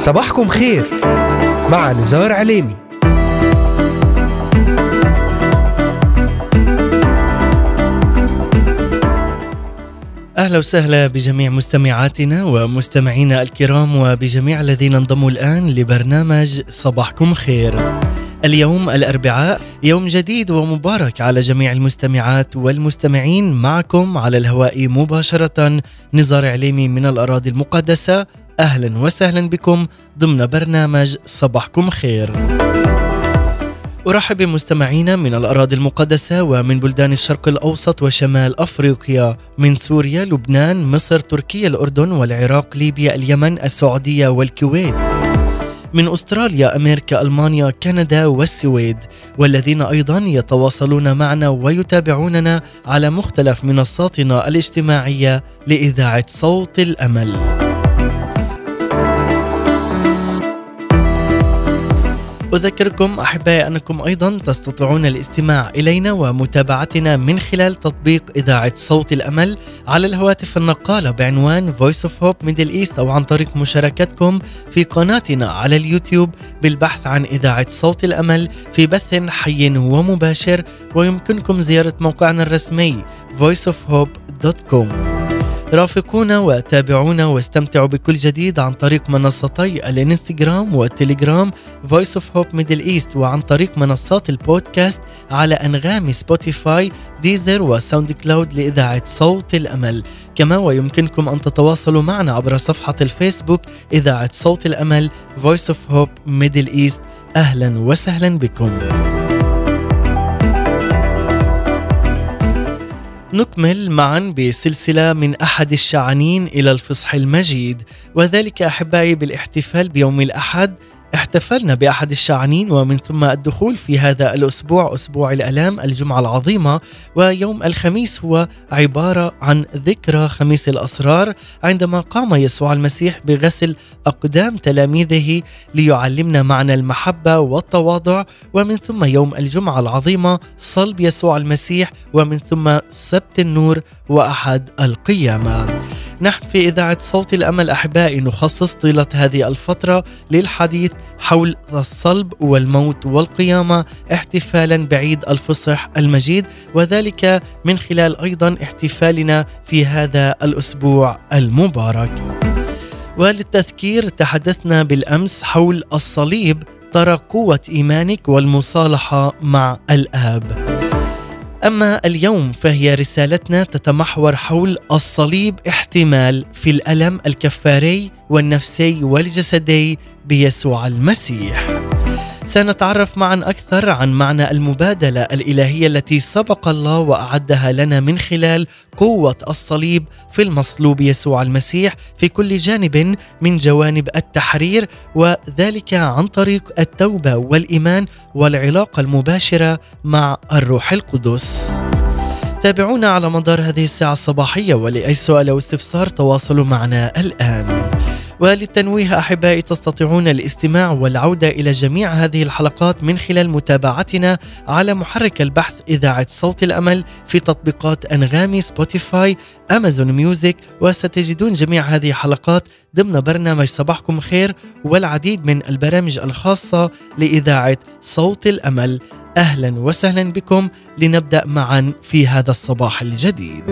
صباحكم خير مع نزار عليمي. أهلا وسهلا بجميع مستمعاتنا ومستمعينا الكرام وبجميع الذين انضموا الآن لبرنامج صباحكم خير. اليوم الأربعاء، يوم جديد ومبارك على جميع المستمعات والمستمعين. معكم على الهواء مباشرة نزار عليمي من الأراضي المقدسة. أهلا وسهلا بكم ضمن برنامج صباحكم خير. أرحب بمستمعينا من الأراضي المقدسة ومن بلدان الشرق الأوسط وشمال أفريقيا، من سوريا، لبنان، مصر، تركيا، الأردن والعراق، ليبيا، اليمن، السعودية والكويت، من أستراليا، أمريكا، ألمانيا، كندا والسويد، والذين أيضا يتواصلون معنا ويتابعوننا على مختلف منصاتنا الاجتماعية لإذاعة صوت الأمل. أذكركم أحبائي أنكم أيضا تستطيعون الاستماع إلينا ومتابعتنا من خلال تطبيق إذاعة صوت الأمل على الهواتف النقالة بعنوان Voice of Hope Middle East، أو عن طريق مشاركتكم في قناتنا على اليوتيوب بالبحث عن إذاعة صوت الأمل في بث حي ومباشر. ويمكنكم زيارة موقعنا الرسمي voiceofhope.com. رافقونا وتابعونا واستمتعوا بكل جديد عن طريق منصتي الانستغرام والتليجرام Voice of Hope Middle East، وعن طريق منصات البودكاست على أنغام سبوتيفاي، ديزر وساوند كلاود لإذاعة صوت الأمل. كما ويمكنكم أن تتواصلوا معنا عبر صفحة الفيسبوك إذاعة صوت الأمل Voice of Hope Middle East. أهلا وسهلا بكم. نكمل معا بسلسلة من أحد الشعانين إلى الفصح المجيد، وذلك أحبائي بالاحتفال بيوم الأحد. احتفلنا بأحد الشعانين ومن ثم الدخول في هذا الأسبوع، أسبوع الآلام، الجمعة العظيمة. ويوم الخميس هو عبارة عن ذكرى خميس الأسرار، عندما قام يسوع المسيح بغسل أقدام تلاميذه ليعلمنا معنى المحبة والتواضع. ومن ثم يوم الجمعة العظيمة صلب يسوع المسيح، ومن ثم سبت النور وأحد القيامة. نحن في إذاعة صوت الأمل أحبائي نخصص طيلة هذه الفترة للحديث حول الصلب والموت والقيامة، احتفالا بعيد الفصح المجيد، وذلك من خلال أيضا احتفالنا في هذا الأسبوع المبارك. وللتذكير تحدثنا بالأمس حول الصليب، ترى قوة إيمانك والمصالحة مع الآب. أما اليوم فهي رسالتنا تتمحور حول الصليب، احتمال في الألم الكفاري والنفسي والجسدي بيسوع المسيح. سنتعرف معا أكثر عن معنى المبادلة الإلهية التي سبق الله وأعدها لنا من خلال قوة الصليب في المصلوب يسوع المسيح في كل جانب من جوانب التحرير، وذلك عن طريق التوبة والإيمان والعلاقة المباشرة مع الروح القدس. تابعونا على مدار هذه الساعة الصباحية، ولأي سؤال أو استفسار تواصلوا معنا الآن. وللتنويه أحبائي تستطيعون الاستماع والعودة إلى جميع هذه الحلقات من خلال متابعتنا على محرك البحث إذاعة صوت الأمل في تطبيقات أنغامي، سبوتيفاي، أمازون ميوزك، وستجدون جميع هذه الحلقات ضمن برنامج صباحكم خير والعديد من البرامج الخاصة لإذاعة صوت الأمل. أهلا وسهلا بكم، لنبدأ معا في هذا الصباح الجديد.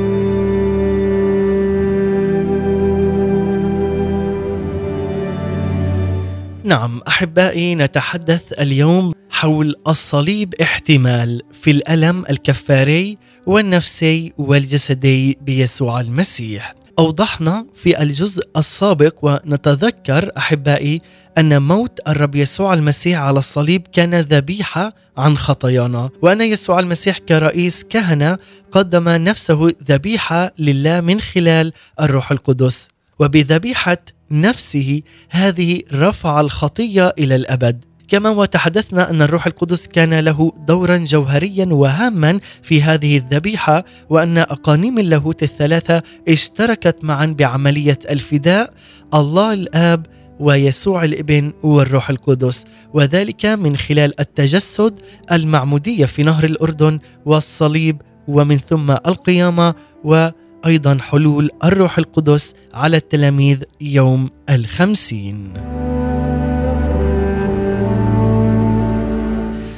نعم أحبائي، نتحدث اليوم حول الصليب، احتمال في الألم الكفاري والنفسي والجسدي بيسوع المسيح. أوضحنا في الجزء السابق ونتذكر أحبائي أن موت الرب يسوع المسيح على الصليب كان ذبيحة عن خطايانا، وأن يسوع المسيح كرئيس كهنة قدم نفسه ذبيحة لله من خلال الروح القدس، وبذبيحة نفسه هذه رفع الخطية إلى الأبد. كما وتحدثنا أن الروح القدس كان له دورا جوهريا وهاما في هذه الذبيحة، وأن أقانيم اللاهوت الثلاثة اشتركت معا بعملية الفداء، الله الآب ويسوع الابن والروح القدس، وذلك من خلال التجسد، المعمودية في نهر الأردن، والصليب، ومن ثم القيامة، وأيضا حلول الروح القدس على التلاميذ يوم 50.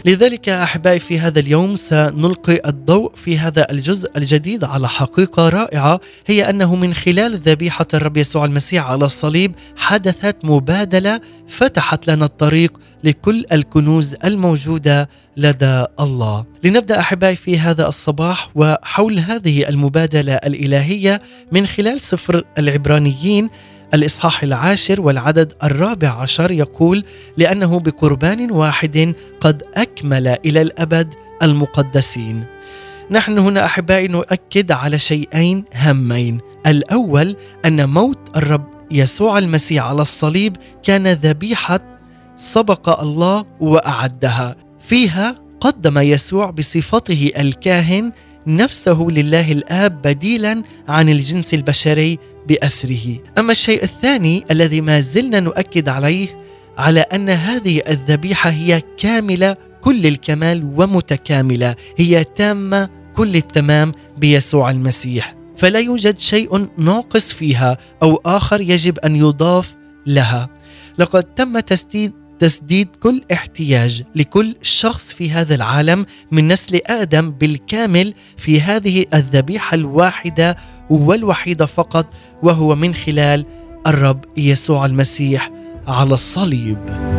لذلك أحبائي في هذا اليوم سنلقي الضوء في هذا الجزء الجديد على حقيقة رائعة، هي أنه من خلال ذبيحة الرب يسوع المسيح على الصليب حدثت مبادلة فتحت لنا الطريق لكل الكنوز الموجودة لدى الله. لنبدأ أحبائي في هذا الصباح وحول هذه المبادلة الإلهية من خلال سفر العبرانيين الإصحاح 10 والعدد 14 يقول: لأنه بقربان واحد قد أكمل إلى الأبد المقدسين. نحن هنا أحبائي نؤكد على شيئين هامين. الأول أن موت الرب يسوع المسيح على الصليب كان ذبيحة سبق الله وأعدها، فيها قدم يسوع بصفته الكاهن نفسه لله الآب بديلا عن الجنس البشري بأسره. أما الشيء الثاني الذي ما زلنا نؤكد عليه على أن هذه الذبيحة هي كاملة كل الكمال ومتكاملة، هي تامة كل التمام بيسوع المسيح، فلا يوجد شيء ناقص فيها أو آخر يجب أن يضاف لها. لقد تم تسديد كل احتياج لكل شخص في هذا العالم من نسل آدم بالكامل في هذه الذبيحة الواحدة والوحيدة فقط، وهو من خلال الرب يسوع المسيح على الصليب.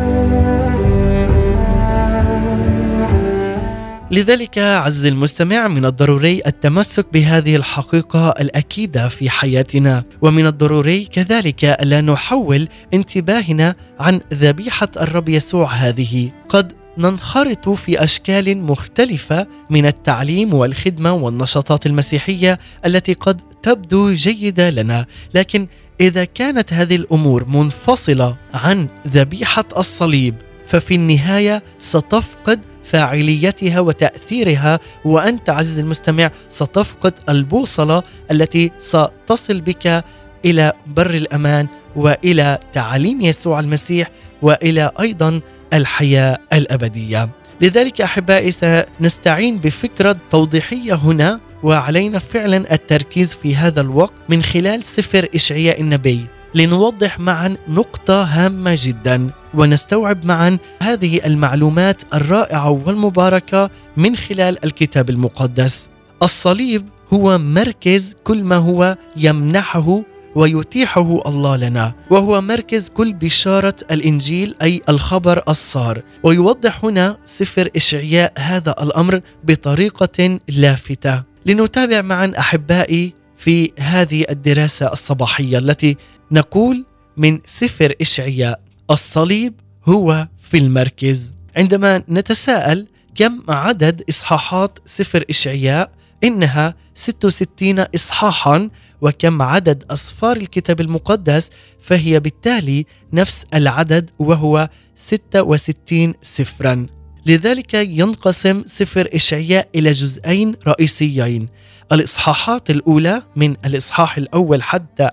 لذلك عز المستمع من الضروري التمسك بهذه الحقيقة الأكيدة في حياتنا، ومن الضروري كذلك ألا نحول انتباهنا عن ذبيحة الرب يسوع هذه. قد ننخرط في أشكال مختلفة من التعليم والخدمة والنشاطات المسيحية التي قد تبدو جيدة لنا، لكن إذا كانت هذه الأمور منفصلة عن ذبيحة الصليب ففي النهاية ستفقد فاعليتها وتأثيرها، وأنت عزيزي المستمع ستفقد البوصلة التي ستصل بك إلى بر الأمان وإلى تعاليم يسوع المسيح وإلى أيضا الحياة الأبدية. لذلك أحبائي سنستعين بفكرة توضيحية هنا، وعلينا فعلا التركيز في هذا الوقت من خلال سفر إشعياء النبي لنوضح معا نقطة هامة جدا ونستوعب معا هذه المعلومات الرائعة والمباركة من خلال الكتاب المقدس. الصليب هو مركز كل ما هو يمنحه ويتيحه الله لنا، وهو مركز كل بشارة الإنجيل أي الخبر السار. ويوضح هنا سفر إشعياء هذا الأمر بطريقة لافتة. لنتابع معا أحبائي في هذه الدراسة الصباحية التي نقول من سفر إشعياء: الصليب هو في المركز. عندما نتساءل كم عدد إصحاحات سفر إشعياء، إنها 66 إصحاحا، وكم عدد أسفار الكتاب المقدس، فهي بالتالي نفس العدد وهو 66 سفرا. لذلك ينقسم سفر إشعياء إلى جزئين رئيسيين: الإصحاحات الأولى من الإصحاح الأول حتى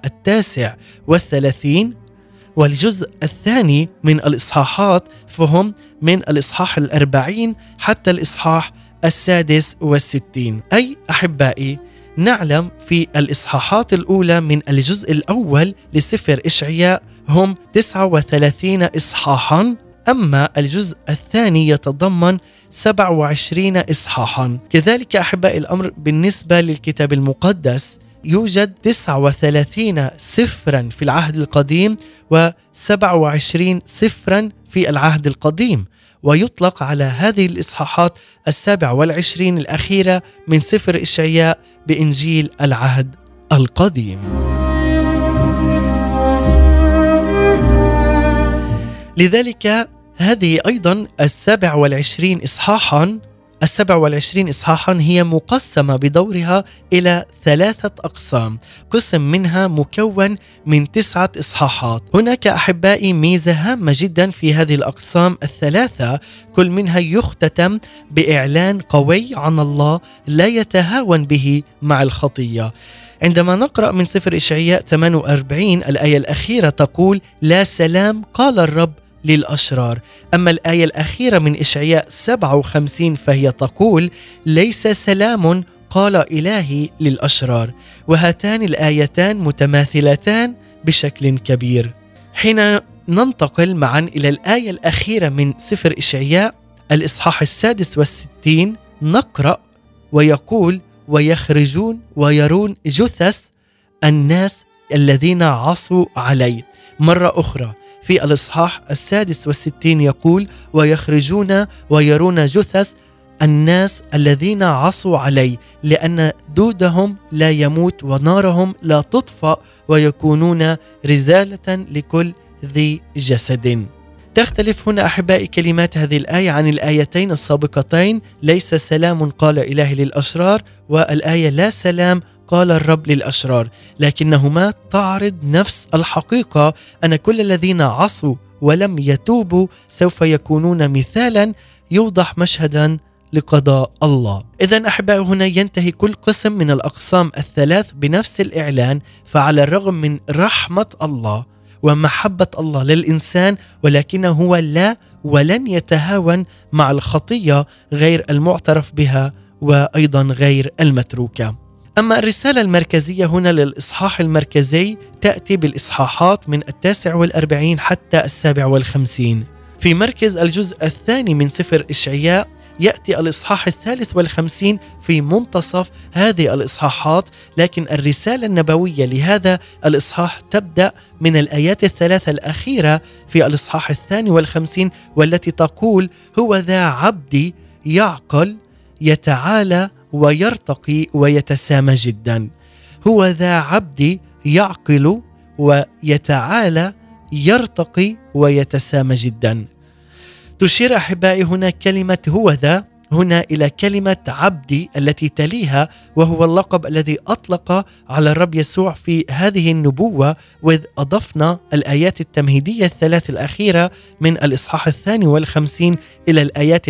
39، والجزء الثاني من الإصحاحات فهم من الإصحاح 40 حتى الإصحاح 66. أي أحبائي نعلم في الإصحاحات الأولى من الجزء الأول لسفر إشعياء هم 39 إصحاحا، أما الجزء الثاني يتضمن 27 إصحاحا. كذلك أحبائي الأمر بالنسبة للكتاب المقدس، يوجد 39 سفرا في العهد القديم و27 سفرا في العهد القديم، ويطلق على هذه الإصحاحات 27 الأخيرة من سفر إشعياء بإنجيل العهد القديم. لذلك هذه أيضا 27 إصحاحا هي مقسمة بدورها إلى 3 أقسام، قسم منها مكون من 9 إصحاحات. هناك أحبائي ميزة هامة جدا في هذه الأقسام ال3، كل منها يختتم بإعلان قوي عن الله لا يتهاون به مع الخطية. عندما نقرأ من سفر إشعياء 48 الآية الأخيرة تقول: لا سلام قال الرب للأشرار. أما الآية الأخيرة من إشعياء 57 فهي تقول: ليس سلام قال إلهي للأشرار. وهاتان الآيتان متماثلتان بشكل كبير. حين ننتقل معا إلى الآية الأخيرة من سفر إشعياء الإصحاح 66 نقرأ ويقول: ويخرجون ويرون جثث الناس الذين عصوا علي. مرة أخرى في الإصحاح 66 يقول: ويخرجون ويرون جثث الناس الذين عصوا علي، لأن دودهم لا يموت ونارهم لا تطفأ، ويكونون رزالة لكل ذي جسد. تختلف هنا أحبائي كلمات هذه الآية عن الآيتين السابقتين: ليس سلام قال إلهي للأشرار، والآية لا سلام قال الرب للأشرار، لكنهما تعرض نفس الحقيقة، أن كل الذين عصوا ولم يتوبوا سوف يكونون مثالا يوضح مشهدا لقضاء الله. إذن أحبائي هنا ينتهي كل قسم من الأقسام الثلاث بنفس الإعلان. فعلى الرغم من رحمة الله ومحبة الله للإنسان، ولكنه هو لا ولن يتهاون مع الخطية غير المعترف بها وأيضا غير المتروكة. أما الرسالة المركزية هنا للإصحاح المركزي تأتي بالإصحاحات من 49 حتى 57. في مركز الجزء الثاني من سفر إشعياء يأتي الإصحاح 53 في منتصف هذه الإصحاحات، لكن الرسالة النبوية لهذا الإصحاح تبدأ من الآيات الثلاثة الأخيرة في الإصحاح 52، والتي تقول: هو ذا عبدي يعقل يتعالى ويرتقي ويتسامى جدا. هو ذا عبدي يعقل ويتعالى يرتقي ويتسامى جدا. تشير أحبائي هنا كلمة هو ذا هنا إلى كلمة عبدي التي تليها، وهو اللقب الذي أطلق على الرب يسوع في هذه النبوة، وإذ أضفنا الآيات التمهيدية الثلاث الأخيرة من الإصحاح 52 إلى الآيات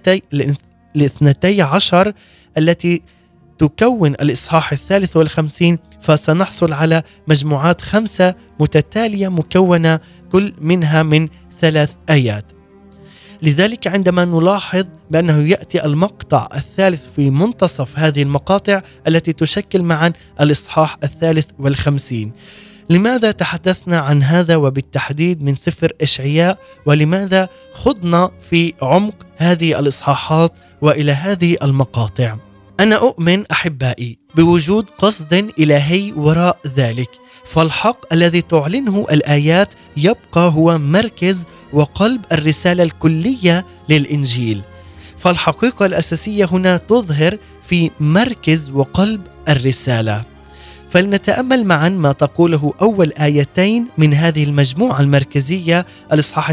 الاثنتي عشر التي تكون الإصحاح 53، فسنحصل على مجموعات 5 متتالية مكونة كل منها من 3 آيات. لذلك عندما نلاحظ بأنه يأتي المقطع الثالث في منتصف هذه المقاطع التي تشكل معا الإصحاح 53، لماذا تحدثنا عن هذا وبالتحديد من سفر إشعياء؟ ولماذا خضنا في عمق هذه الإصحاحات وإلى هذه المقاطع؟ أنا أؤمن أحبائي بوجود قصد إلهي وراء ذلك، فالحق الذي تعلنه الآيات يبقى هو مركز وقلب الرسالة الكلية للإنجيل. فالحقيقة الأساسية هنا تظهر في مركز وقلب الرسالة. فلنتأمل معا ما تقوله أول آيتين من هذه المجموعة المركزية، الإصحاح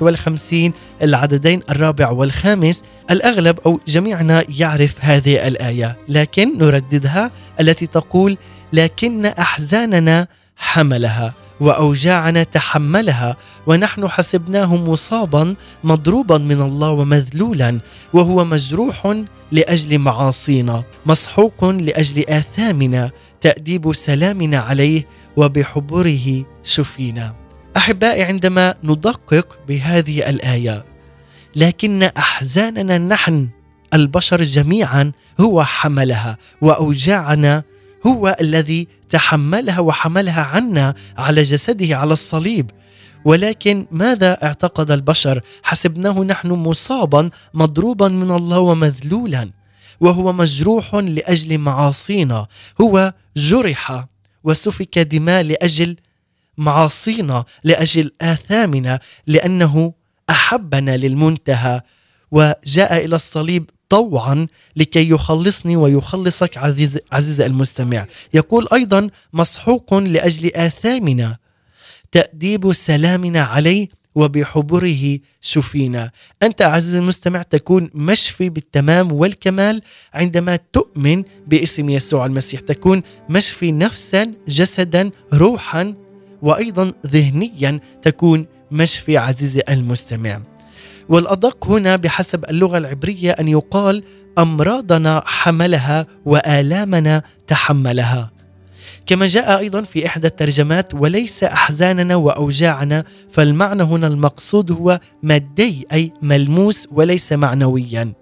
53 العددين 4 و5. الأغلب أو جميعنا يعرف هذه الآية، لكن نرددها، التي تقول: لكن أحزاننا حملها وأوجاعنا تحملها، ونحن حسبناه مصابا مضروبا من الله ومذلولا، وهو مجروح لأجل معاصينا، مسحوق لأجل آثامنا، تأديب سلامنا عليه، وبحبره شفينا. أحبائي عندما ندقق بهذه الآية، لكن أحزاننا نحن البشر جميعا هو حملها، وأوجاعنا هو الذي تحملها وحملها عنا على جسده على الصليب. ولكن ماذا اعتقد البشر؟ حسبناه نحن مصابا مضروبا من الله ومذلولا، وهو مجروح لأجل معاصينا. هو جرح وسفك دماء لأجل معاصينا، لأجل آثامنا، لأنه أحبنا للمنتهى وجاء إلى الصليب طوعا لكي يخلصني ويخلصك عزيز المستمع. يقول أيضا: مسحوق لأجل آثامنا، تأديب سلامنا عليه، وبحبره شفينا. أنت عزيز المستمع تكون مشفي بالتمام والكمال عندما تؤمن باسم يسوع المسيح، تكون مشفي نفسا جسدا روحا وأيضا ذهنيا، تكون مشفي عزيزي المستمع. والأدق هنا بحسب اللغة العبرية أن يقال: أمراضنا حملها وآلامنا تحملها. كما جاء أيضا في إحدى الترجمات: وليس أحزاننا وأوجاعنا. فالمعنى هنا المقصود هو مادي، أي ملموس وليس معنويا.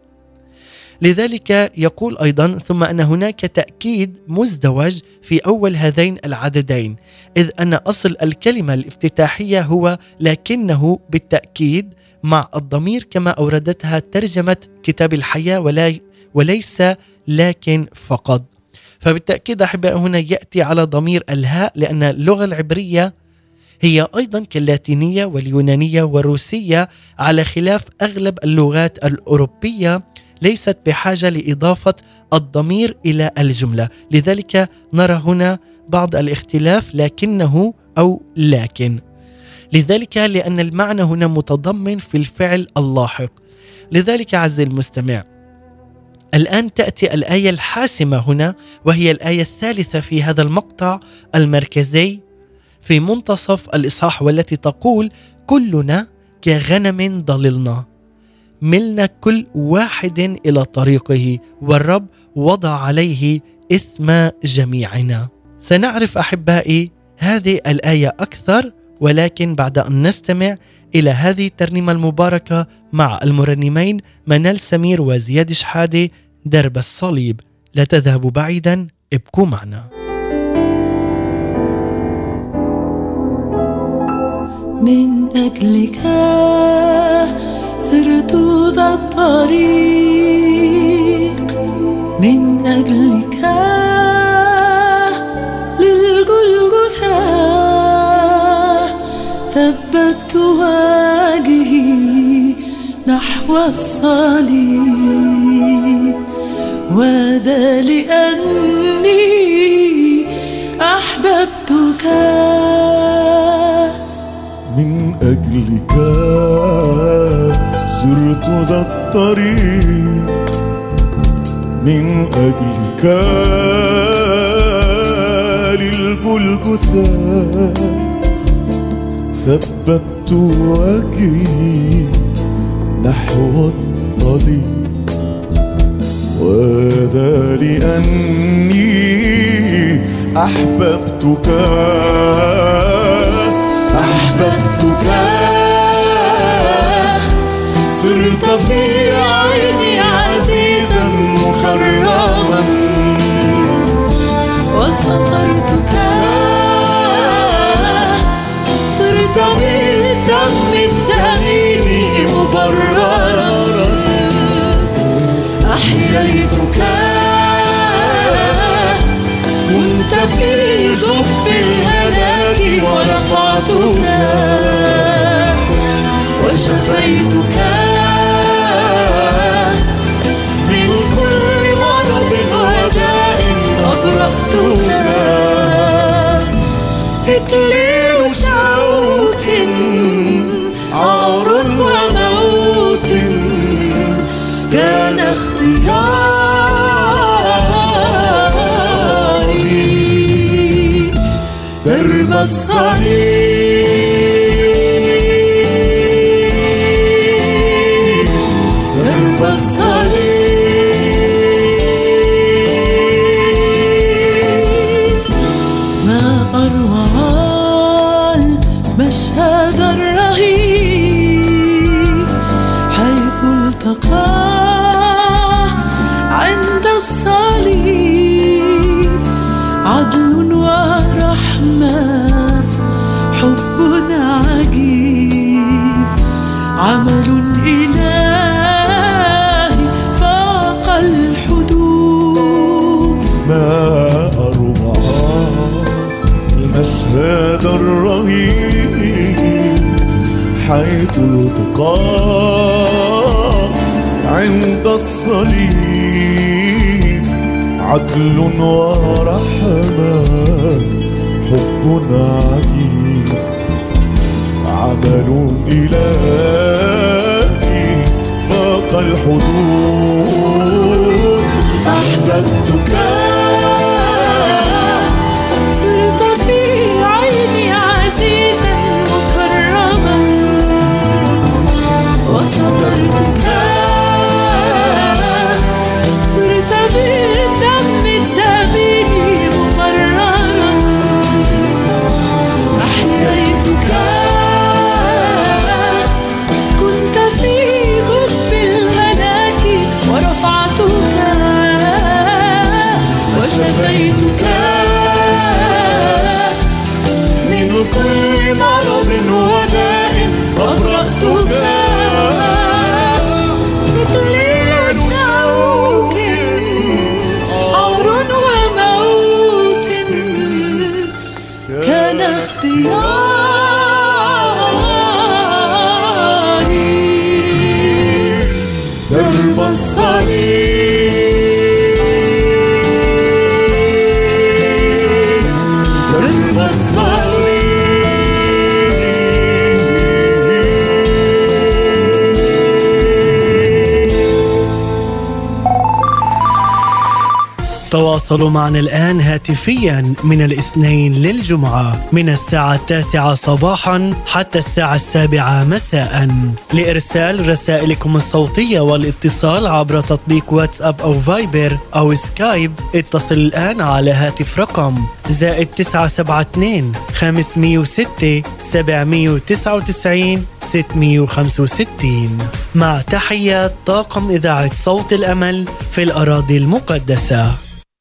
لذلك يقول أيضا: ثم أن هناك تأكيد مزدوج في أول هذين العددين، إذ أن أصل الكلمة الافتتاحية هو لكنه بالتأكيد مع الضمير كما أوردتها ترجمة كتاب الحياة وليس لكن فقط. فبالتأكيد أحبائي هنا يأتي على ضمير الهاء، لأن اللغة العبرية هي أيضا كاللاتينية واليونانية والروسية على خلاف أغلب اللغات الأوروبية ليست بحاجة لإضافة الضمير إلى الجملة، لذلك نرى هنا بعض الاختلاف لكنه أو لكن، لذلك لأن المعنى هنا متضمن في الفعل اللاحق. لذلك عز المستمع الآن تأتي الآية الحاسمة هنا، وهي الآية الثالثة في هذا المقطع المركزي في منتصف الإصحاح، والتي تقول: كلنا كغنم ضللنا، ملنا كل واحد إلى طريقه، والرب وضع عليه إثم جميعنا. سنعرف أحبائي هذه الآية أكثر، ولكن بعد أن نستمع إلى هذه الترنيمة المباركة مع المرنمين منال سمير وزياد شحادة، درب الصليب. لا تذهبوا بعيدا، ابقوا معنا. من أجلك سرت ذا الطريق، من أجلك للجلجثة ثبت وجهي نحو الصليب، وذا لأني أحببتك. من أجلك سرت ذا الطريق، من أجلك للجلجثة ثبت وجهي نحو الصليب، وذا لأني أحببتك. صرت في عيني عزيزا مكرما، وسترتك صرت بالدم الثمين مبررا، أحييتك كنت في جب الهلاك، ورفعتك وشفيتك من كل مرض وجاء، أبرأتك إكليل شوك عار وموت، كان اختياري درب الصليب، درب الصليب. ما أروع المشهد الرهيب حيث التقى عند الصليب، عدل ورحمة حب عجيب، عمل إلهي فاق الحدود. ما أروع المشهد الرهيب حيث التقى عند الصليب، عدل ورحمة حب عجيب، عمل إلهي فاق الحدود. أحببتك صرت في عيني عزيزا مكرما، وسترتك صرت بالدم الثمين مبررا، أحييتك كنت في غب الهلاك، ورفعتك درب الصليب درب الصليب تواصلوا معنا الآن هاتفيا من الاثنين للجمعة من الساعة 9 صباحا حتى الساعة 7 مساء لإرسال رسائلكم الصوتية والاتصال عبر تطبيق واتساب أو فايبر أو سكايب. اتصل الآن على هاتف رقم +972 506 799 665 مع تحيات طاقم إذاعة صوت الأمل في الأراضي المقدسة.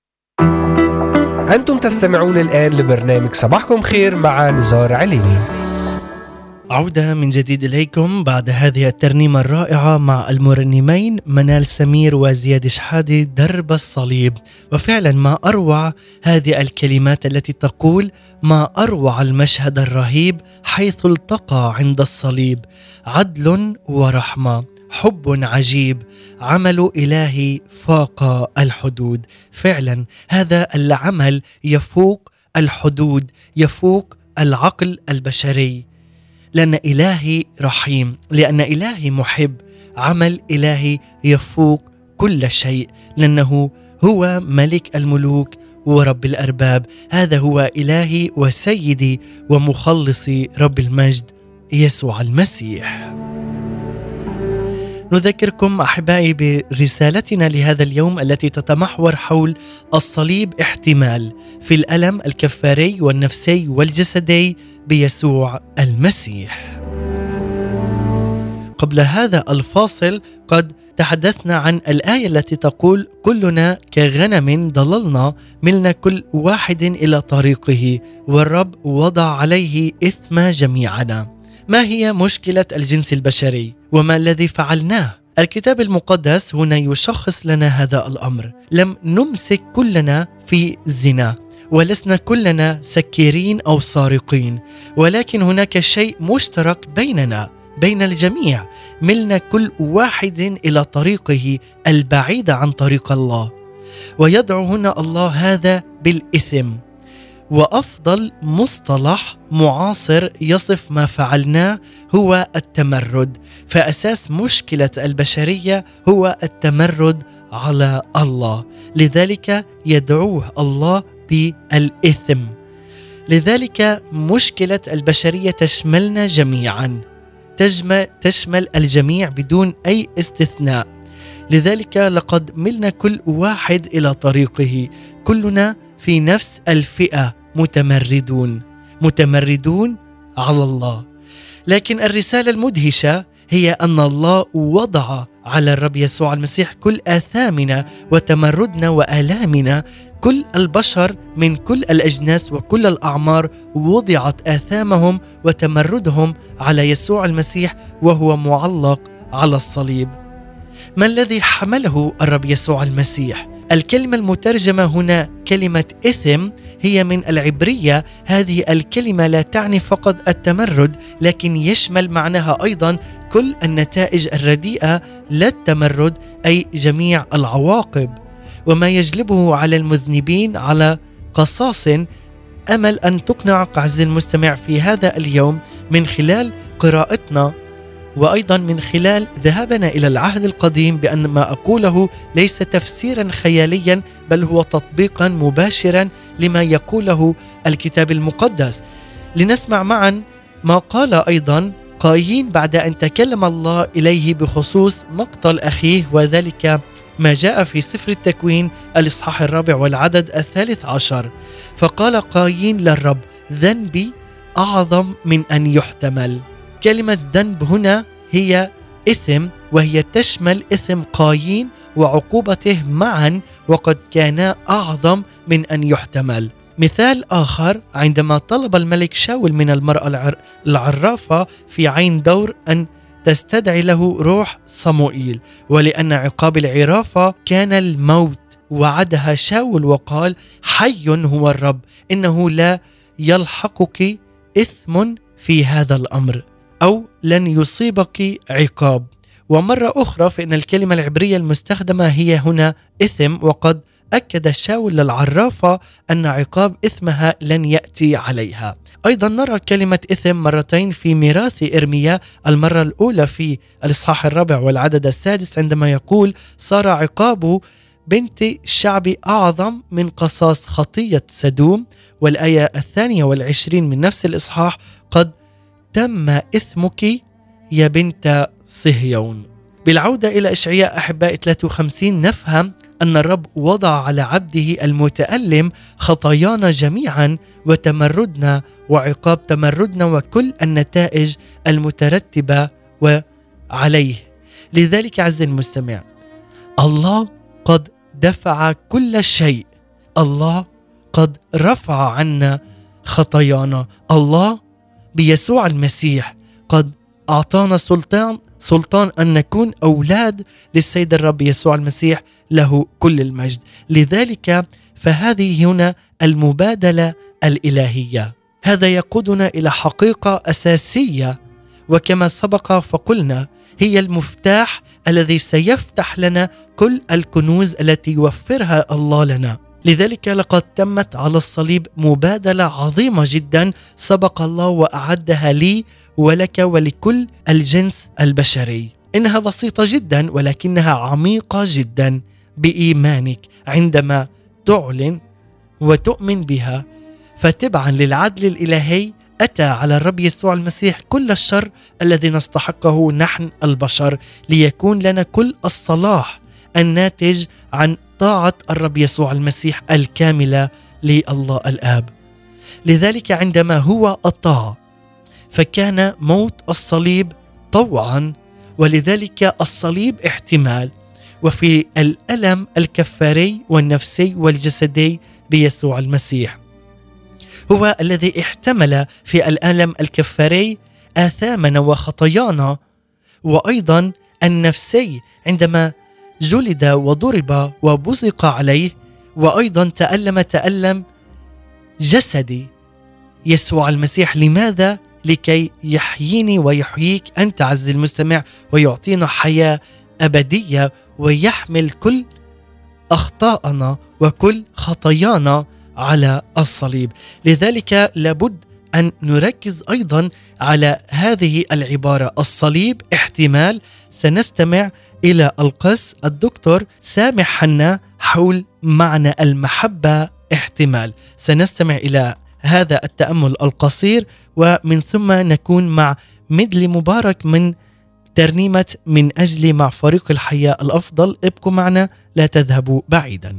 أنتم تستمعون الآن لبرنامج صباحكم خير مع نزار عليمي. عودة من جديد إليكم بعد هذه الترنيمة الرائعة مع المرنمين منال سمير وزياد شحادي، درب الصليب. وفعلا ما أروع هذه الكلمات التي تقول ما أروع المشهد الرهيب حيث التقى عند الصليب عدل ورحمة، حب عجيب، عمل إلهي فاق الحدود. فعلا هذا العمل يفوق الحدود، يفوق العقل البشري، لأن إلهي رحيم، لأن إلهي محب. عمل إلهي يفوق كل شيء، لأنه هو ملك الملوك ورب الأرباب. هذا هو إلهي وسيدي ومخلصي رب المجد يسوع المسيح. نذكركم أحبائي برسالتنا لهذا اليوم التي تتمحور حول الصليب احتمال في الألم الكفاري والنفسي والجسدي بيسوع المسيح. قبل هذا الفاصل قد تحدثنا عن الآية التي تقول كلنا كغنم ضللنا، ملنا كل واحد إلى طريقه والرب وضع عليه إثم جميعنا. ما هي مشكلة الجنس البشري وما الذي فعلناه؟ الكتاب المقدس هنا يشخص لنا هذا الأمر. لم نمسك كلنا في زنا، ولسنا كلنا سكيرين أو سارقين، ولكن هناك شيء مشترك بيننا بين الجميع. ملنا كل واحد إلى طريقه البعيد عن طريق الله، ويدعو هنا الله هذا بالإثم. وأفضل مصطلح معاصر يصف ما فعلناه هو التمرد. فأساس مشكلة البشرية هو التمرد على الله، لذلك يدعوه الله بالإثم. لذلك مشكلة البشرية تشملنا جميعا، تشمل الجميع بدون أي استثناء. لذلك لقد ملنا كل واحد إلى طريقه، كلنا في نفس الفئة، متمردون على الله. لكن الرسالة المدهشة هي أن الله وضع على الرب يسوع المسيح كل آثامنا وتمردنا وآلامنا. كل البشر من كل الأجناس وكل الأعمار وضعت آثامهم وتمردهم على يسوع المسيح وهو معلق على الصليب. ما الذي حمله الرب يسوع المسيح؟ الكلمة المترجمة هنا كلمة إثم هي من العبرية. هذه الكلمة لا تعني فقط التمرد، لكن يشمل معناها أيضا كل النتائج الرديئة للتمرد، أي جميع العواقب وما يجلبه على المذنبين على قصاص. أمل أن تقنعك عزيزي المستمع في هذا اليوم من خلال قراءتنا وأيضا من خلال ذهابنا إلى العهد القديم بأن ما أقوله ليس تفسيرا خياليا، بل هو تطبيقا مباشرا لما يقوله الكتاب المقدس. لنسمع معا ما قال أيضا قايين بعد أن تكلم الله إليه بخصوص مقتل أخيه، وذلك ما جاء في سفر التكوين الإصحاح 4 والعدد 13. فقال قايين للرب: ذنبي أعظم من أن يحتمل. كلمة ذنب هنا هي إثم، وهي تشمل إثم قايين وعقوبته معا، وقد كان أعظم من أن يحتمل. مثال آخر، عندما طلب الملك شاول من المرأة العرافة في عين دور أن تستدعي له روح صموئيل، ولأن عقاب العرافة كان الموت، وعدها شاول وقال: حي هو الرب، إنه لا يلحقك إثم في هذا الأمر أو لن يصيبك عقاب. ومرة أخرى فإن الكلمة العبرية المستخدمة هي هنا إثم، وقد أكد شاول للعرافة أن عقاب إثمها لن يأتي عليها. أيضا نرى كلمة إثم مرتين في ميراث إرميا، المرة الأولى في الإصحاح 4 والعدد 6 عندما يقول: صار عقاب بنت الشعب أعظم من قصاص خطية سدوم. والآية 22 من نفس الإصحاح: قد تم إثمك يا بنت صهيون. بالعودة إلى إشعياء أحباء 53 نفهم أن الرب وضع على عبده المتألم خطايانا جميعا وتمردنا وعقاب تمردنا وكل النتائج المترتبة وعليه. لذلك عز المستمع، الله قد دفع كل شيء، الله قد رفع عنا خطايانا، الله بيسوع المسيح قد أعطانا سلطان أن نكون أولاد للسيد الرب يسوع المسيح، له كل المجد. لذلك فهذه هنا المبادلة الإلهية. هذا يقودنا إلى حقيقة أساسية، وكما سبق فقلنا هي المفتاح الذي سيفتح لنا كل الكنوز التي يوفرها الله لنا. لذلك لقد تمت على الصليب مبادلة عظيمة جدا سبق الله وأعدها لي ولك ولكل الجنس البشري. إنها بسيطة جدا ولكنها عميقة جدا بإيمانك عندما تعلن وتؤمن بها. فتبعا للعدل الإلهي أتى على الرب يسوع المسيح كل الشر الذي نستحقه نحن البشر، ليكون لنا كل الصلاح الناتج عن طاعة الرب يسوع المسيح الكاملة لله الآب. لذلك عندما هو أطاع فكان موت الصليب طوعا، ولذلك الصليب احتمال. وفي الألم الكفاري والنفسي والجسدي بيسوع المسيح هو الذي احتمل في الألم الكفاري آثامنا وخطايانا، وأيضا النفسي عندما جلد وضرب وبصق عليه، وأيضا تألم جسدي يسوع المسيح. لماذا؟ لكي يحييني ويحييك أنت عز المستمع، ويعطينا حياة أبدية، ويحمل كل أخطاءنا وكل خطايانا على الصليب. لذلك لابد أن نركز أيضا على هذه العبارة، الصليب احتمال. سنستمع إلى القس الدكتور سامح حنا حول معنى المحبة احتمال. سنستمع إلى هذا التأمل القصير، ومن ثم نكون مع مدلي مبارك من ترنيمة من أجلي مع فريق الحياة الأفضل. ابقوا معنا، لا تذهبوا بعيدا.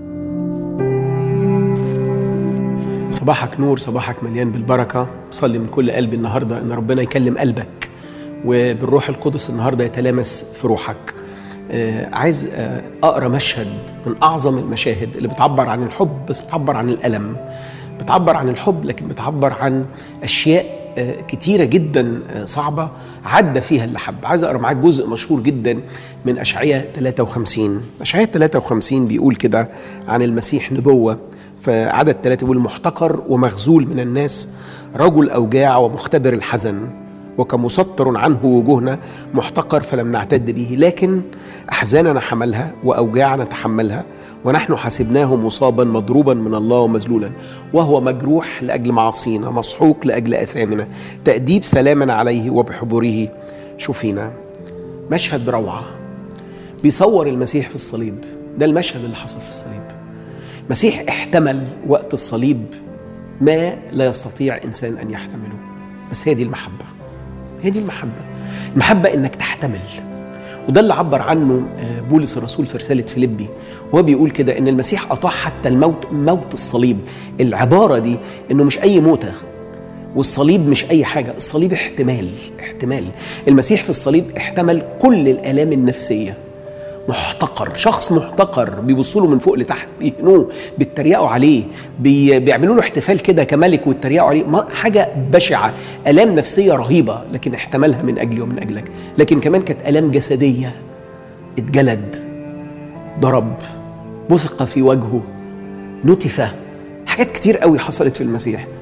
صباحك نور، صباحك مليان بالبركة. صلي من كل قلبي النهاردة إن ربنا يكلم قلبك، وبالروح القدس النهاردة يتلامس في روحك. عايز أقرأ مشهد من أعظم المشاهد اللي بتعبر عن الحب، بس بتعبر عن الألم. بتعبر عن الحب لكن بتعبر عن أشياء كتيرة جدا صعبة عدى فيها اللي حب. عايز أقرأ معاك جزء مشهور جدا من أشعياء 53. أشعياء 53 بيقول كده عن المسيح نبوة. فعدد 3 بيقول: محتقر ومخذول من الناس، رجل أوجاع ومختبر الحزن، وكمسطر عنه وجوهنا، محتقر فلم نعتد به، لكن أحزاننا حملها وأوجاعنا تحملها، ونحن حسبناه مصابا مضروبا من الله ومذلولا، وهو مجروح لأجل معاصينا، مسحوق لأجل أثامنا، تأديب سلامنا عليه وبحبره شفينا. مشهد روعة بيصور المسيح في الصليب. ده المشهد اللي حصل في الصليب. مسيح احتمل وقت الصليب ما لا يستطيع إنسان أن يحتمله. بس هي دي المحبة، هي دي المحبة إنك تحتمل. وده اللي عبر عنه بولس الرسول في رسالة فيليبي، وهو بيقول كده إن المسيح أطاع حتى الموت، موت الصليب. العبارة دي إنه مش أي موتة، والصليب مش أي حاجة، الصليب احتمال. المسيح في الصليب احتمل كل الآلام النفسية. محتقر، شخص محتقر، بيبصوا له من فوق لتحت، بيهنوه، بيتريقوا عليه، بيعملوا له احتفال كده كملك ويتريقوا عليه. حاجة بشعة، آلام نفسية رهيبة، لكن احتملها من أجلي ومن أجلك. لكن كمان كانت آلام جسدية، اتجلد، ضرب، بثق في وجهه، نتفة، حاجات كتير قوي حصلت في المسيح.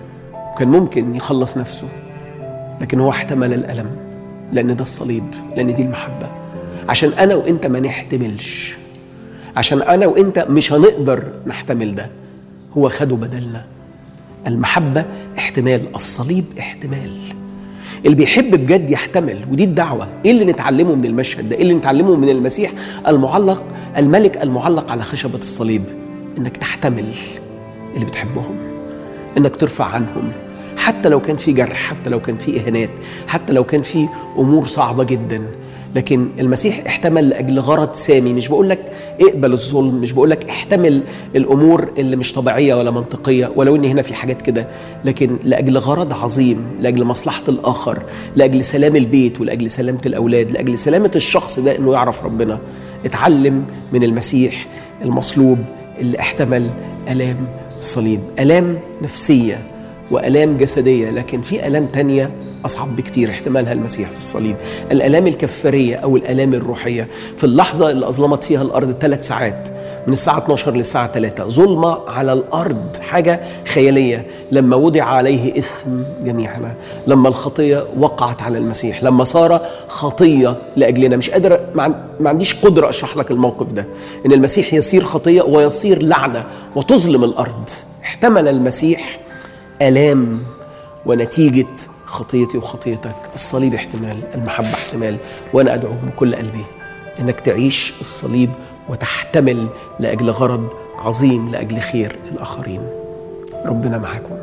وكان ممكن يخلص نفسه، لكن هو احتمل الألم، لأن ده الصليب، لأن دي المحبة. عشان أنا وإنت ما نحتملش، عشان أنا وإنت مش هنقدر نحتمل ده، هو خده بدلنا. المحبة احتمال، الصليب احتمال. اللي بيحب بجد يحتمل، ودي الدعوة. ايه اللي نتعلمه من المشهد ده؟ ايه اللي نتعلمه من المسيح المعلق، الملك المعلق على خشبة الصليب؟ انك تحتمل اللي بتحبهم، انك ترفع عنهم، حتى لو كان في جرح، حتى لو كان في إهانات، حتى لو كان في أمور صعبة جدا. لكن المسيح احتمل لأجل غرض سامي. مش بقول لك اقبل الظلم، مش بقول لك احتمل الأمور اللي مش طبيعية ولا منطقية، ولو إن هنا في حاجات كده، لكن لأجل غرض عظيم، لأجل مصلحة الآخر، لأجل سلام البيت ولأجل سلامة الأولاد، لأجل سلامة الشخص ده إنه يعرف ربنا. اتعلم من المسيح المصلوب اللي احتمل آلام الصليب، آلام نفسية وآلام جسدية، لكن في آلام تانية أصعب بكتير احتمالها المسيح في الصليب، الآلام الكفارية أو الآلام الروحية. في اللحظة اللي أظلمت فيها الأرض 3 ساعات، من الساعة 12 للساعة 3، ظلمة على الأرض، حاجة خيالية. لما وضع عليه إثم جميعنا، لما الخطية وقعت على المسيح، لما صار خطية لأجلنا. مش قادر، ما عنديش قدرة أشرح لك الموقف ده، إن المسيح يصير خطية ويصير لعنة وتظلم الأرض. احتمل المسيح آلام ونتيجة خطيتي وخطيتك. الصليب احتمال، المحبة احتمال. وأنا أدعوك بكل قلبي إنك تعيش الصليب وتحتمل لأجل غرض عظيم، لأجل خير الآخرين. ربنا معاكم.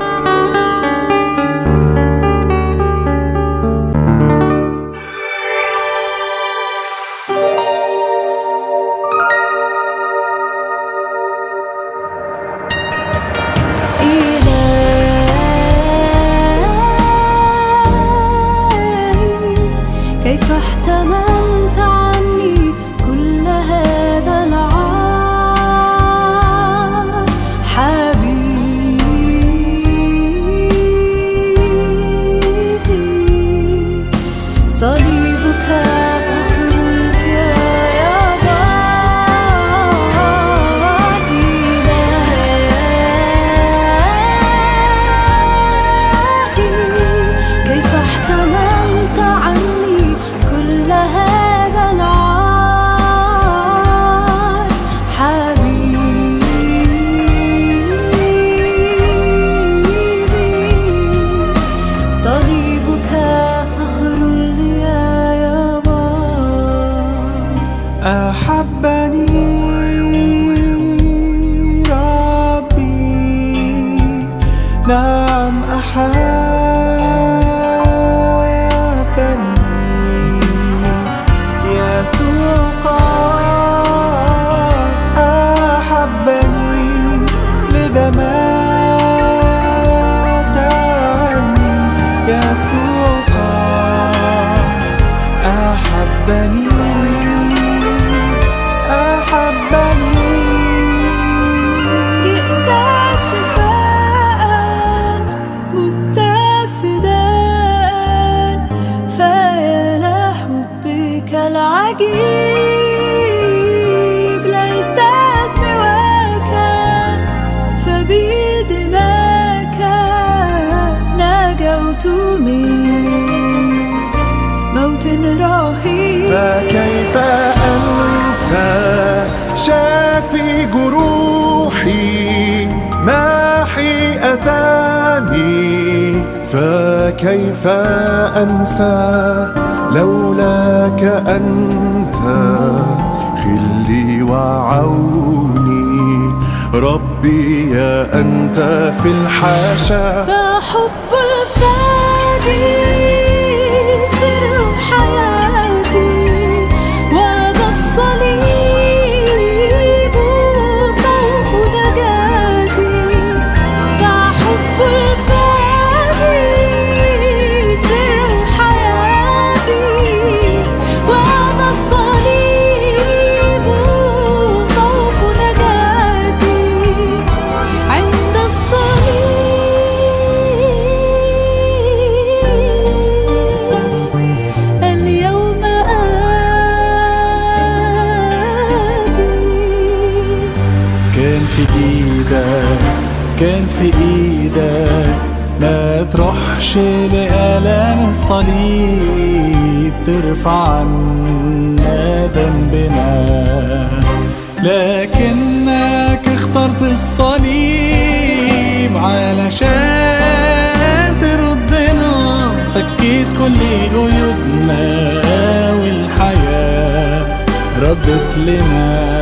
كيف احتملت عني كل هذا العار حبيبي، صليبك فخر يا إلهي. كيف احتملت عني كل هذا العار حبيبي، صليبك فخر يا يابا. أحبني ربي، نعم أحبني. يسوع قد أحبني، لذا مات عني. يسوع قد أحبني، جئت شفاء مت فداء، فيا حبك العجيب ليس سواك، فبدماك نجوت من موت رهيب. فكيف أنسى شافي جروحي، ماحي أثامي. فكيف أنسى لولاك أنت خلي وعوني. ربي يا أنت في الحاشا، فحب الفادي سر حياتي، وذا الصليب طوق نجاتي. فحب الفادي سر حياتي، وذا الصليب طوق نجاتي. عند الصليب اليوم آتي. كان في إيدك تروحش لآلام الصليب ترفع عنا ذنبنا، لكنك اخترت الصليب علشان تردنا، فكيت كل قيودنا والحياة ردت لنا.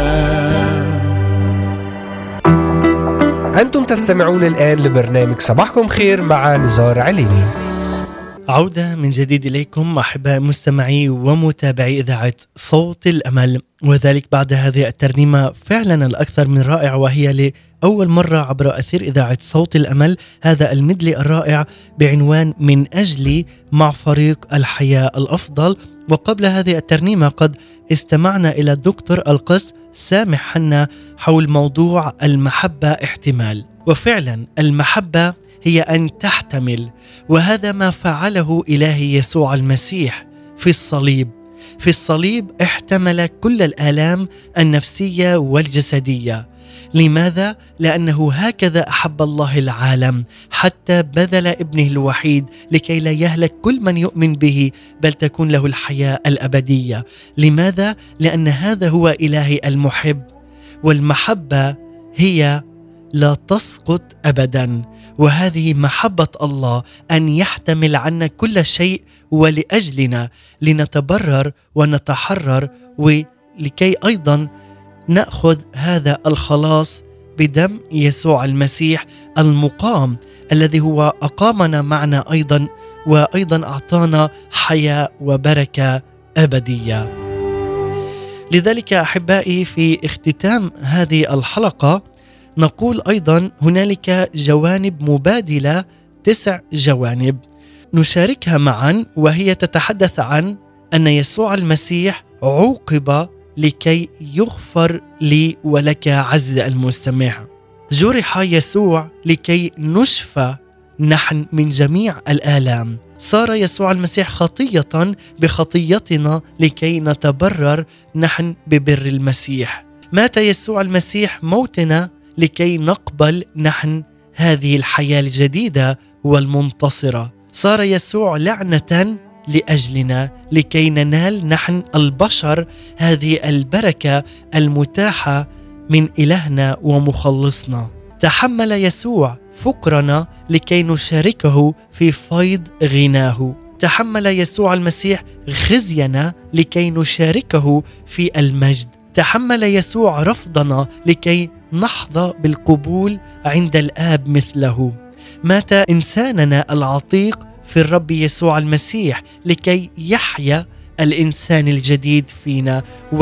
أنتم تستمعون الآن لبرنامج صباحكم خير مع نزار عليني. عودة من جديد إليكم أحباء مستمعي ومتابعي إذاعة صوت الأمل، وذلك بعد هذه الترنيمة فعلا الأكثر من رائع، وهي لأول مرة عبر أثير إذاعة صوت الأمل هذا المدلي الرائع بعنوان من أجلي مع فريق الحياة الأفضل. وقبل هذه الترنيمة قد استمعنا إلى الدكتور القس سامح حنا حول موضوع المحبة احتمال، وفعلا المحبة هي أن تحتمل، وهذا ما فعله إلهي يسوع المسيح في الصليب. في الصليب احتمل كل الآلام النفسية والجسدية. لماذا؟ لأنه هكذا أحب الله العالم حتى بذل ابنه الوحيد لكي لا يهلك كل من يؤمن به بل تكون له الحياة الأبدية. لماذا؟ لأن هذا هو إلهي المحب، والمحبة هي لا تسقط أبدا، وهذه محبة الله أن يحتمل عنا كل شيء ولأجلنا لنتبرر ونتحرر، ولكي أيضا نأخذ هذا الخلاص بدم يسوع المسيح المقام الذي هو أقامنا معنا أيضا، وأيضا أعطانا حياة وبركة أبدية. لذلك أحبائي في اختتام هذه الحلقة نقول أيضا هنالك جوانب مبادلة، 9 جوانب نشاركها معا، وهي تتحدث عن أن يسوع المسيح عوقب لكي يغفر لي ولك عز المستمع. جرح يسوع لكي نشفى نحن من جميع الآلام. صار يسوع المسيح خطية بخطيتنا لكي نتبرر نحن ببر المسيح. مات يسوع المسيح موتنا لكي نقبل نحن هذه الحياة الجديدة والمنتصرة. صار يسوع لعنة لأجلنا لكي ننال نحن البشر هذه البركة المتاحة من إلهنا ومخلصنا. تحمل يسوع فقرنا لكي نشاركه في فيض غناه. تحمل يسوع المسيح خزينا لكي نشاركه في المجد. تحمل يسوع رفضنا لكي نحظى بالقبول عند الآب مثله. مات إنساننا العتيق في الرب يسوع المسيح لكي يحيا الإنسان الجديد فينا،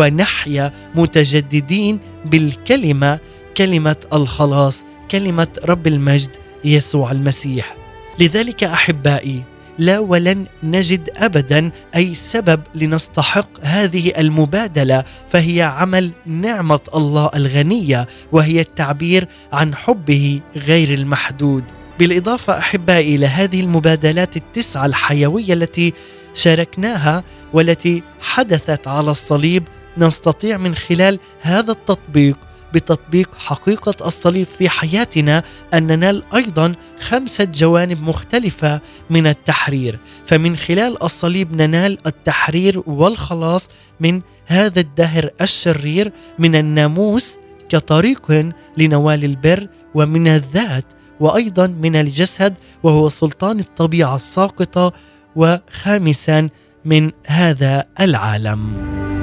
ونحيا متجددين بالكلمة، كلمة الخلاص، كلمة رب المجد يسوع المسيح. لذلك أحبائي لا ولن نجد أبدا أي سبب لنستحق هذه المبادلة، فهي عمل نعمة الله الغنية، وهي التعبير عن حبه غير المحدود. بالإضافة أحبائي إلى هذه المبادلات 9 الحيوية التي شاركناها والتي حدثت على الصليب، نستطيع من خلال هذا التطبيق بتطبيق حقيقة الصليب في حياتنا أن ننال أيضا 5 جوانب مختلفة من التحرير. فمن خلال الصليب ننال التحرير والخلاص من هذا الدهر الشرير، من الناموس كطريق لنوال البر، ومن الذات، وأيضا من الجسد وهو سلطان الطبيعة الساقطة، وخامسا من هذا العالم.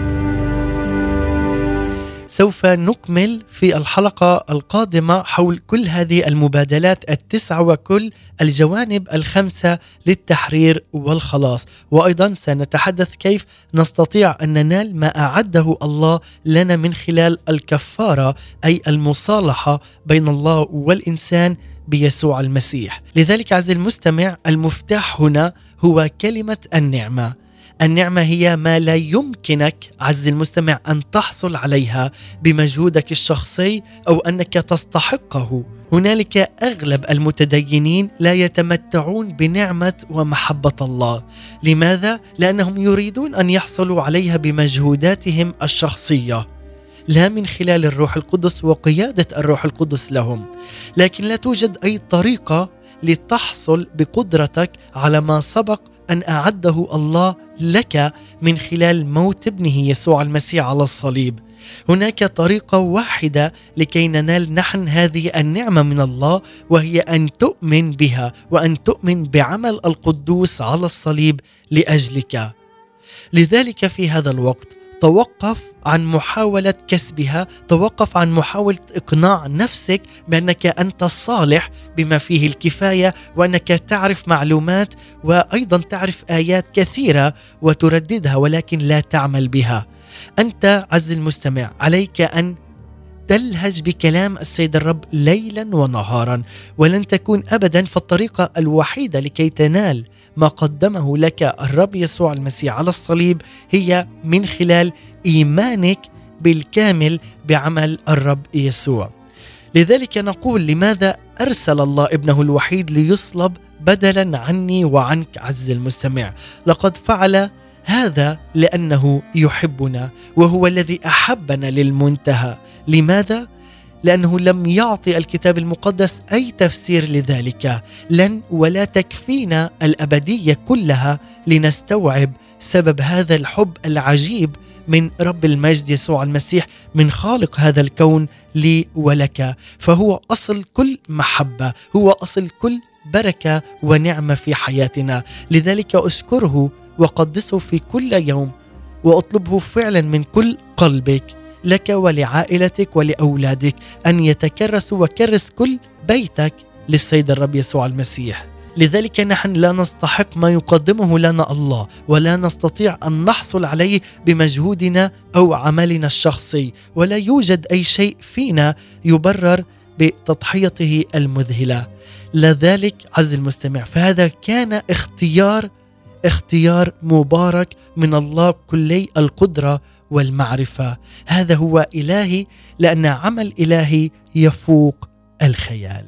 سوف نكمل في الحلقة القادمة حول كل هذه المبادلات 9 وكل الجوانب 5 للتحرير والخلاص، وأيضا سنتحدث كيف نستطيع أن ننال ما أعده الله لنا من خلال الكفارة، أي المصالحة بين الله والإنسان بيسوع المسيح. لذلك عزيزي المستمع، المفتاح هنا هو كلمة النعمة. النعمة هي ما لا يمكنك عزيزي المستمع أن تحصل عليها بمجهودك الشخصي أو أنك تستحقه. هنالك أغلب المتدينين لا يتمتعون بنعمة ومحبة الله. لماذا؟ لأنهم يريدون أن يحصلوا عليها بمجهوداتهم الشخصية، لا من خلال الروح القدس وقيادة الروح القدس لهم. لكن لا توجد أي طريقة لتحصل بقدرتك على ما سبق أن أعده الله لك من خلال موت ابنه يسوع المسيح على الصليب. هناك طريقة واحدة لكي ننال نحن هذه النعمة من الله، وهي أن تؤمن بها وأن تؤمن بعمل القدوس على الصليب لأجلك. لذلك في هذا الوقت توقف عن محاولة كسبها، توقف عن محاولة إقناع نفسك بأنك أنت صالح بما فيه الكفاية، وأنك تعرف معلومات وأيضا تعرف آيات كثيرة وترددها ولكن لا تعمل بها. أنت عز المستمع عليك أن تلهج بكلام السيد الرب ليلا ونهارا، ولن تكون أبدا. فالطريقة الوحيدة لكي تنال ما قدمه لك الرب يسوع المسيح على الصليب هي من خلال إيمانك بالكامل بعمل الرب يسوع. لذلك نقول: لماذا أرسل الله ابنه الوحيد ليصلب بدلا عني وعنك عز المستمع؟ لقد فعل هذا لأنه يحبنا، وهو الذي أحبنا للمنتهى. لماذا؟ لأنه لم يعطي الكتاب المقدس أي تفسير لذلك. لن ولا تكفينا الأبدية كلها لنستوعب سبب هذا الحب العجيب من رب المجد يسوع المسيح، من خالق هذا الكون لي ولك. فهو أصل كل محبة، هو أصل كل بركة ونعمة في حياتنا. لذلك أشكره وقدسه في كل يوم، وأطلبه فعلا من كل قلبك لك ولعائلتك ولأولادك أن يتكرسوا وكرس كل بيتك للسيد الرب يسوع المسيح. لذلك نحن لا نستحق ما يقدمه لنا الله، ولا نستطيع أن نحصل عليه بمجهودنا أو عملنا الشخصي، ولا يوجد أي شيء فينا يبرر بتضحيته المذهلة. لذلك عز المستمع، فهذا كان اختيار مبارك من الله كلي القدرة والمعرفة. هذا هو إلهي، لأن عمل إلهي يفوق الخيال.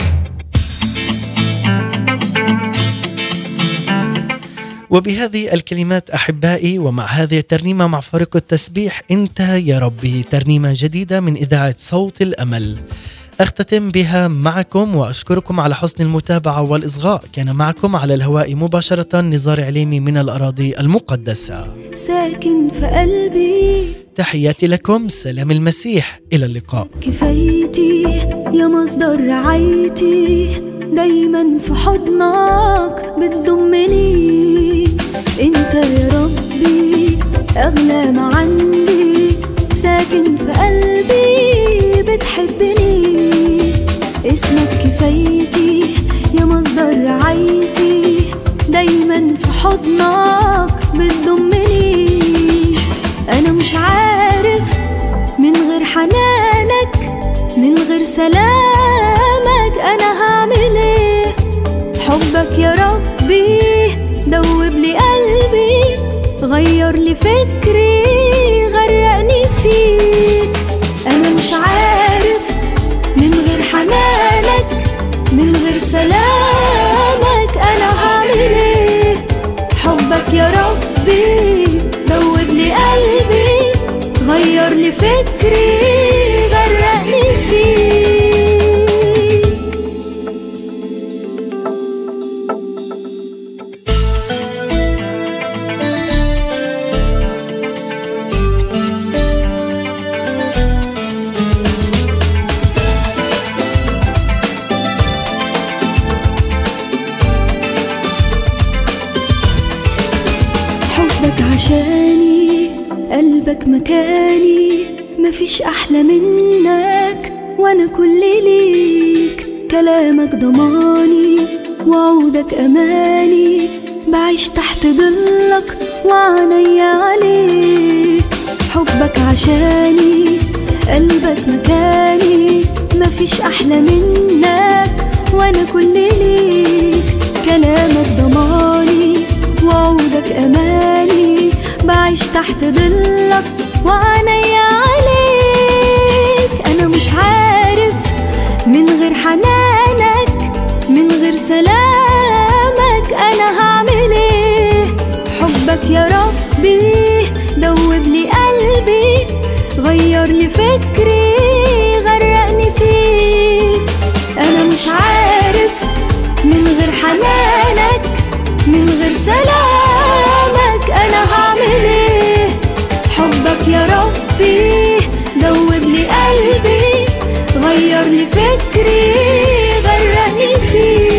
وبهذه الكلمات أحبائي، ومع هذه الترنيمة مع فريق التسبيح أنت يا ربي، ترنيمة جديدة من إذاعة صوت الأمل، أختتم بها معكم وأشكركم على حسن المتابعة والإصغاء. كان معكم على الهواء مباشرة نزار عليمي من الأراضي المقدسة. ساكن في قلبي، تحياتي لكم، سلام المسيح، إلى اللقاء. كفايتي يا مصدر رعايتي، دايما في حضنك بتضمني. انت يا ربي أغلى ما عندي، ساكن في قلبي بتحبني. اسمك كفايتي يا مصدر رعايتي، دايما في حضنك بتضمني. انا مش عارف من غير حنانك، من غير سلامك انا هعمل ايه. حبك يا ربي دوب لي قلبي، غير لي فكري، غرقني فيك. انا مش عارف من غير حنانك، من غير سلامك انا هعمل ايه. حبك يا ربي دوب لي قلبي، غير لي فكري، غرقني فيك. عشاني قلبك مكاني، مفيش أحلى منك وأنا كل ليك. كلامك ضماني وعودك أماني، بعيش تحت ظلك وعيني عليك. حبك عشاني قلبك مكاني، مفيش أحلى منك وأنا كل ليك. كلامك ضماني وعودك أماني، بعيش تحت ظلك وعيني عليك. أنا مش عارف من غير حنانك، من غير سلامك أنا هعمل ايه. حبك يا ربي دوب لي قلبي، غير لي فكري، غرقني فيك. أنا مش عارف فكري غرقني فيه.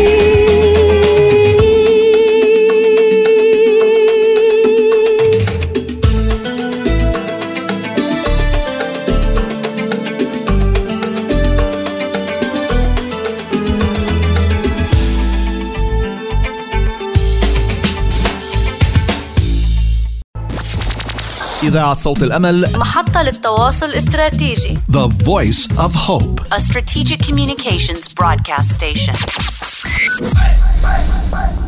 إذاعة صوت الأمل، محطة للتواصل الاستراتيجي. The Voice of Hope, A strategic communications broadcast station.